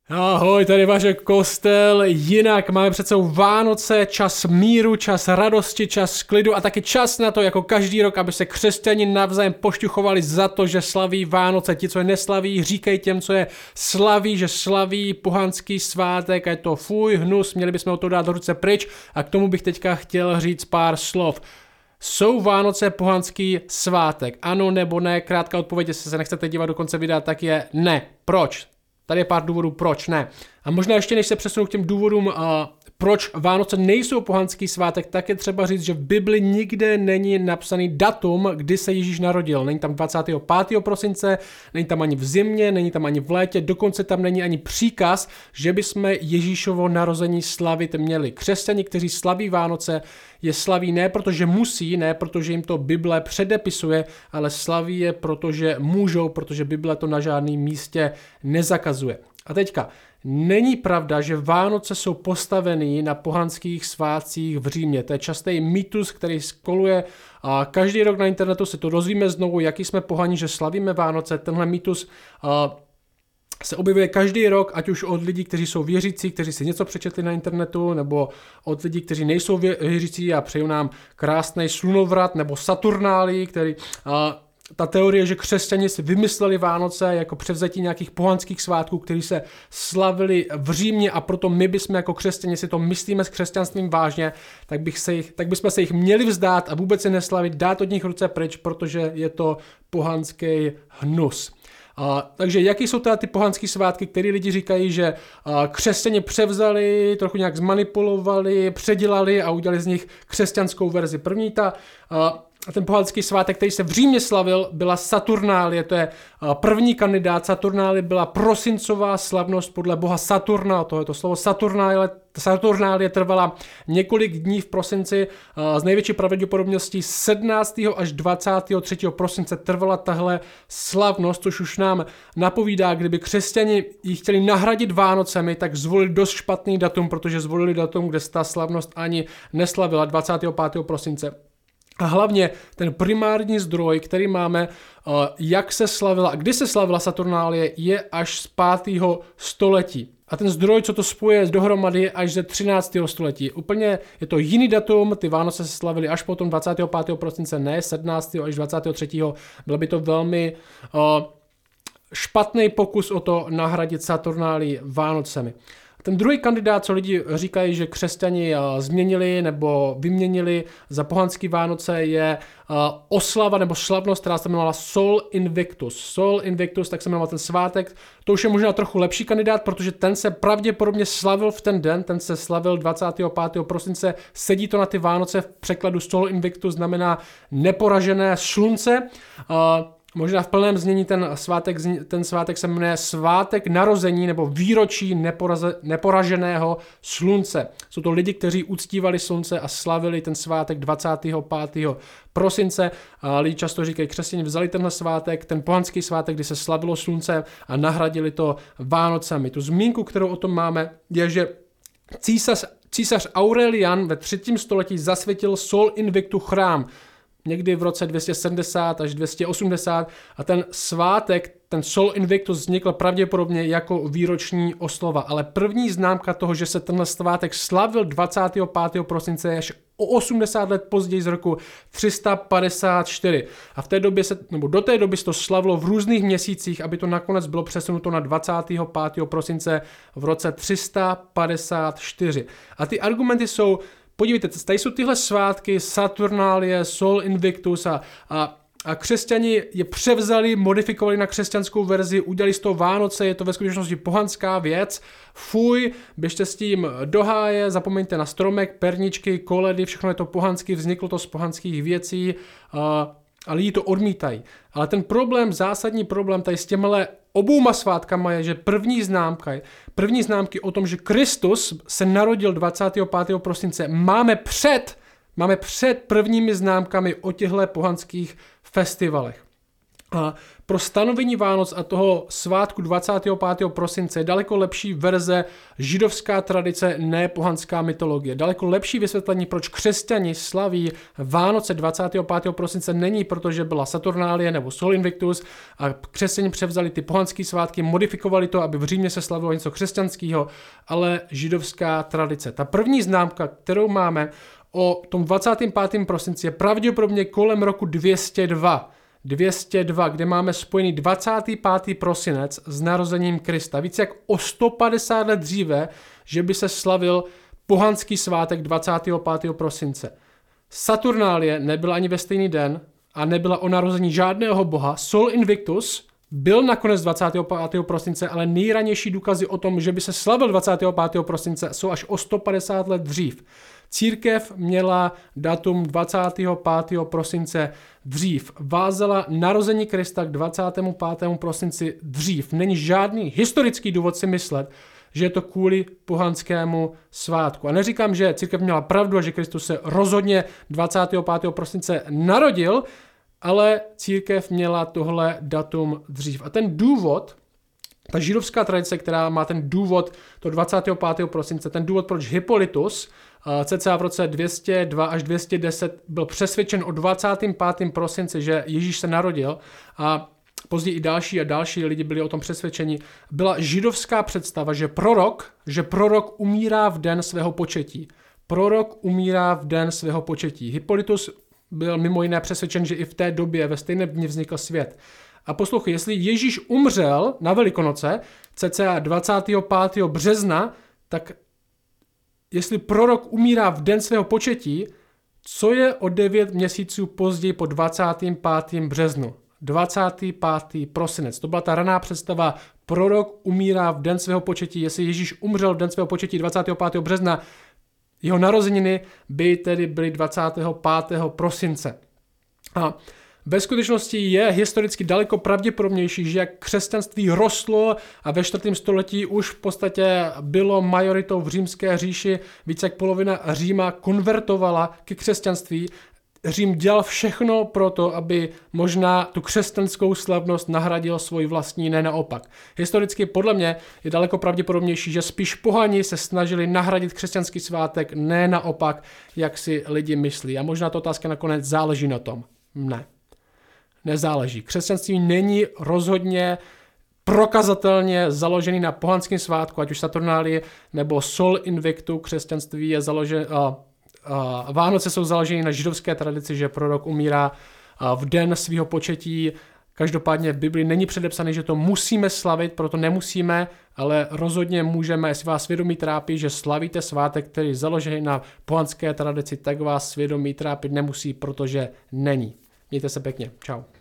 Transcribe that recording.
Ahoj, tady Vašek Kostel, jinak máme před sebou Vánoce, čas míru, čas radosti, čas klidu a taky čas na to, jako každý rok, aby se křesťani navzájem pošťuchovali za to, že slaví Vánoce. Ti, co je neslaví, říkají těm, co je slaví, že slaví pohanský svátek a je to fuj, hnus, měli bychom o to dát do ruce pryč a k tomu bych teďka chtěl říct pár slov. Jsou Vánoce pohanský svátek? Ano nebo ne? Krátká odpověď, jestli se nechcete dívat do konce videa, tak je ne. Proč? Tady je pár důvodů, proč ne. A možná ještě než se přesunu k těm důvodům, proč Vánoce nejsou pohanský svátek, tak je třeba říct, že v Bibli nikde není napsaný datum, kdy se Ježíš narodil. Není tam 25. prosince, není tam ani v zimě, není tam ani v létě, dokonce tam není ani příkaz, že bychom Ježíšovo narození slavit měli. Křesťani, kteří slaví Vánoce, je slaví ne protože musí, ne protože jim to Bible předepisuje, ale slaví je protože můžou, protože Bible to na žádném místě nezakazuje. A teďka, není pravda, že Vánoce jsou postavený na pohanských svátcích v Římě. To je častý mýtus, který koluje a každý rok na internetu se to dozvíme znovu, jaký jsme pohani, že slavíme Vánoce. Tenhle mýtus se objevuje každý rok, ať už od lidí, kteří jsou věřící, kteří si něco přečetli na internetu, nebo od lidí, kteří nejsou věřící a přejou nám krásný slunovrat nebo Saturnálii, který... Ta teorie, že křesťani si vymysleli Vánoce jako převzetí nějakých pohanských svátků, které se slavili v Římě a proto my bychom jako křesťani si to myslíme s křesťanstvím vážně, tak bychom se jich měli vzdát a vůbec je neslavit, dát od nich ruce pryč, protože je to pohanský hnus. Takže jaký jsou teda ty pohanské svátky, které lidi říkají, že křesťani převzali, trochu nějak zmanipulovali, předělali a udělali z nich křesťanskou verzi. První ten pohanský svátek, který se v Římě slavil, byla Saturnálie, to je první kandidát. Saturnálie byla prosincová slavnost podle boha Saturna, tohleto slovo Saturnálie trvala několik dní v prosinci, z největší pravděpodobností 17. až 23. prosince trvala tahle slavnost, což už nám napovídá, kdyby křesťani ji chtěli nahradit Vánocemi, tak zvolili dost špatný datum, protože zvolili datum, kde se ta slavnost ani neslavila, 25. prosince. A hlavně ten primární zdroj, který máme, jak se slavila, kdy se slavila Saturnálie, je až z 5. století. A ten zdroj, co to spojuje dohromady, je až ze 13. století. Úplně je to jiný datum, ty Vánoce se slavily až potom 25. prosince, ne 17. až 23. Bylo by to velmi špatný pokus o to nahradit Saturnálii Vánocemi. Ten druhý kandidát, co lidi říkají, že křesťani změnili nebo vyměnili za pohanský Vánoce, je oslava nebo slavnost, která se jmenovala Sol Invictus. Sol Invictus, tak se jmenoval ten svátek. To už je možná trochu lepší kandidát, protože ten se pravděpodobně slavil v ten den, ten se slavil 25. prosince, sedí to na ty Vánoce, v překladu Sol Invictus znamená neporažené slunce. Možná v plném znění ten svátek se jmenuje svátek narození nebo výročí neporaženého slunce. Jsou to lidi, kteří uctívali slunce a slavili ten svátek 25. prosince. Lidi často říkají, křesťané vzali tenhle svátek, ten pohanský svátek, kdy se slavilo slunce a nahradili to Vánocemi. Tu zmínku, kterou o tom máme, je, že císař Aurelian ve 3. století zasvětil Sol Invictu chrám. Někdy v roce 270 až 280 a ten svátek, ten Sol Invictus vznikl pravděpodobně jako výroční oslava, ale první známka toho, že se tenhle svátek slavil 25. prosince je až o 80 let později z roku 354 a do té doby se to slavilo v různých měsících, aby to nakonec bylo přesunuto na 25. prosince v roce 354. A ty argumenty jsou, podívejte, tady jsou tyhle svátky, Saturnálie, Sol Invictus a křesťani je převzali, modifikovali na křesťanskou verzi, udělali z toho Vánoce, je to ve skutečnosti pohanská věc. Fuj, běžte s tím do háje, zapomeňte na stromek, perničky, koledy, všechno je to pohanský, vzniklo to z pohanských věcí a lidi to odmítají. Ale ten zásadní problém tady s těmhle obouma svátkama je, že první známky o tom, že Kristus se narodil 25. prosince, máme před prvními známkami o těchto pohanských festivalech. A pro stanovení Vánoc a toho svátku 25. prosince je daleko lepší verze židovská tradice, ne pohanská mytologie. Daleko lepší vysvětlení, proč křesťani slaví Vánoce 25. prosince není, protože byla Saturnálie nebo Sol Invictus a křesťani převzali ty pohanské svátky, modifikovali to, aby v Římě se slavilo něco křesťanského, ale židovská tradice. Ta první známka, kterou máme o tom 25. prosinci je pravděpodobně kolem roku 202, kde máme spojený 25. prosinec s narozením Krista. Více jak o 150 let dříve, že by se slavil pohanský svátek 25. prosince. Saturnálie nebyla ani ve stejný den a nebyla o narození žádného boha. Sol Invictus byl nakonec 25. prosince, ale nejranější důkazy o tom, že by se slavil 25. prosince, jsou až o 150 let dřív. Církev měla datum 25. prosince dřív. Vázala narození Krista k 25. prosinci dřív. Není žádný historický důvod si myslet, že je to kvůli pohanskému svátku. A neříkám, že církev měla pravdu a že Kristus se rozhodně 25. prosince narodil, ale církev měla tohle datum dřív. A ten důvod, ta židovská tradice, která má ten důvod to 25. prosince, ten důvod, proč Hippolytus cca v roce 202 až 210 byl přesvědčen o 25. prosinci, že Ježíš se narodil a později i další a další lidi byli o tom přesvědčeni, byla židovská představa, že prorok umírá v den svého početí. Prorok umírá v den svého početí. Hippolytus byl mimo jiné přesvědčen, že i v té době ve stejném dni vznikl svět. A poslouchej, jestli Ježíš umřel na Velikonoce, cca 25. března, tak jestli prorok umírá v den svého početí, co je o 9 měsíců později po 25. březnu? 25. prosinec. To byla ta raná představa, prorok umírá v den svého početí. Jestli Ježíš umřel v den svého početí 25. března, jeho narozeniny by tedy byly 25. prosince. A ve skutečnosti je historicky daleko pravděpodobnější, že jak křesťanství rostlo a ve 4. století už v podstatě bylo majoritou v římské říši, více jak polovina Říma konvertovala ke křesťanství. Řím dělal všechno pro to, aby možná tu křesťanskou slavnost nahradil svůj vlastní, ne naopak. Historicky podle mě je daleko pravděpodobnější, že spíš pohani se snažili nahradit křesťanský svátek, ne naopak, jak si lidi myslí. A možná ta otázka nakonec záleží na tom. Ne. Nezáleží. Křesťanství není rozhodně prokazatelně založený na pohanském svátku, ať už Saturnálii nebo Sol Invictu. Křesťanství je založené, Vánoce jsou založeny na židovské tradici, že prorok umírá v den svého početí. Každopádně v Biblii není předepsané, že to musíme slavit, proto nemusíme, ale rozhodně můžeme, jestli vás svědomí trápí, že slavíte svátek, který je založený na pohanské tradici, tak vás svědomí trápit nemusí, protože není. Mějte se pěkně. Čau.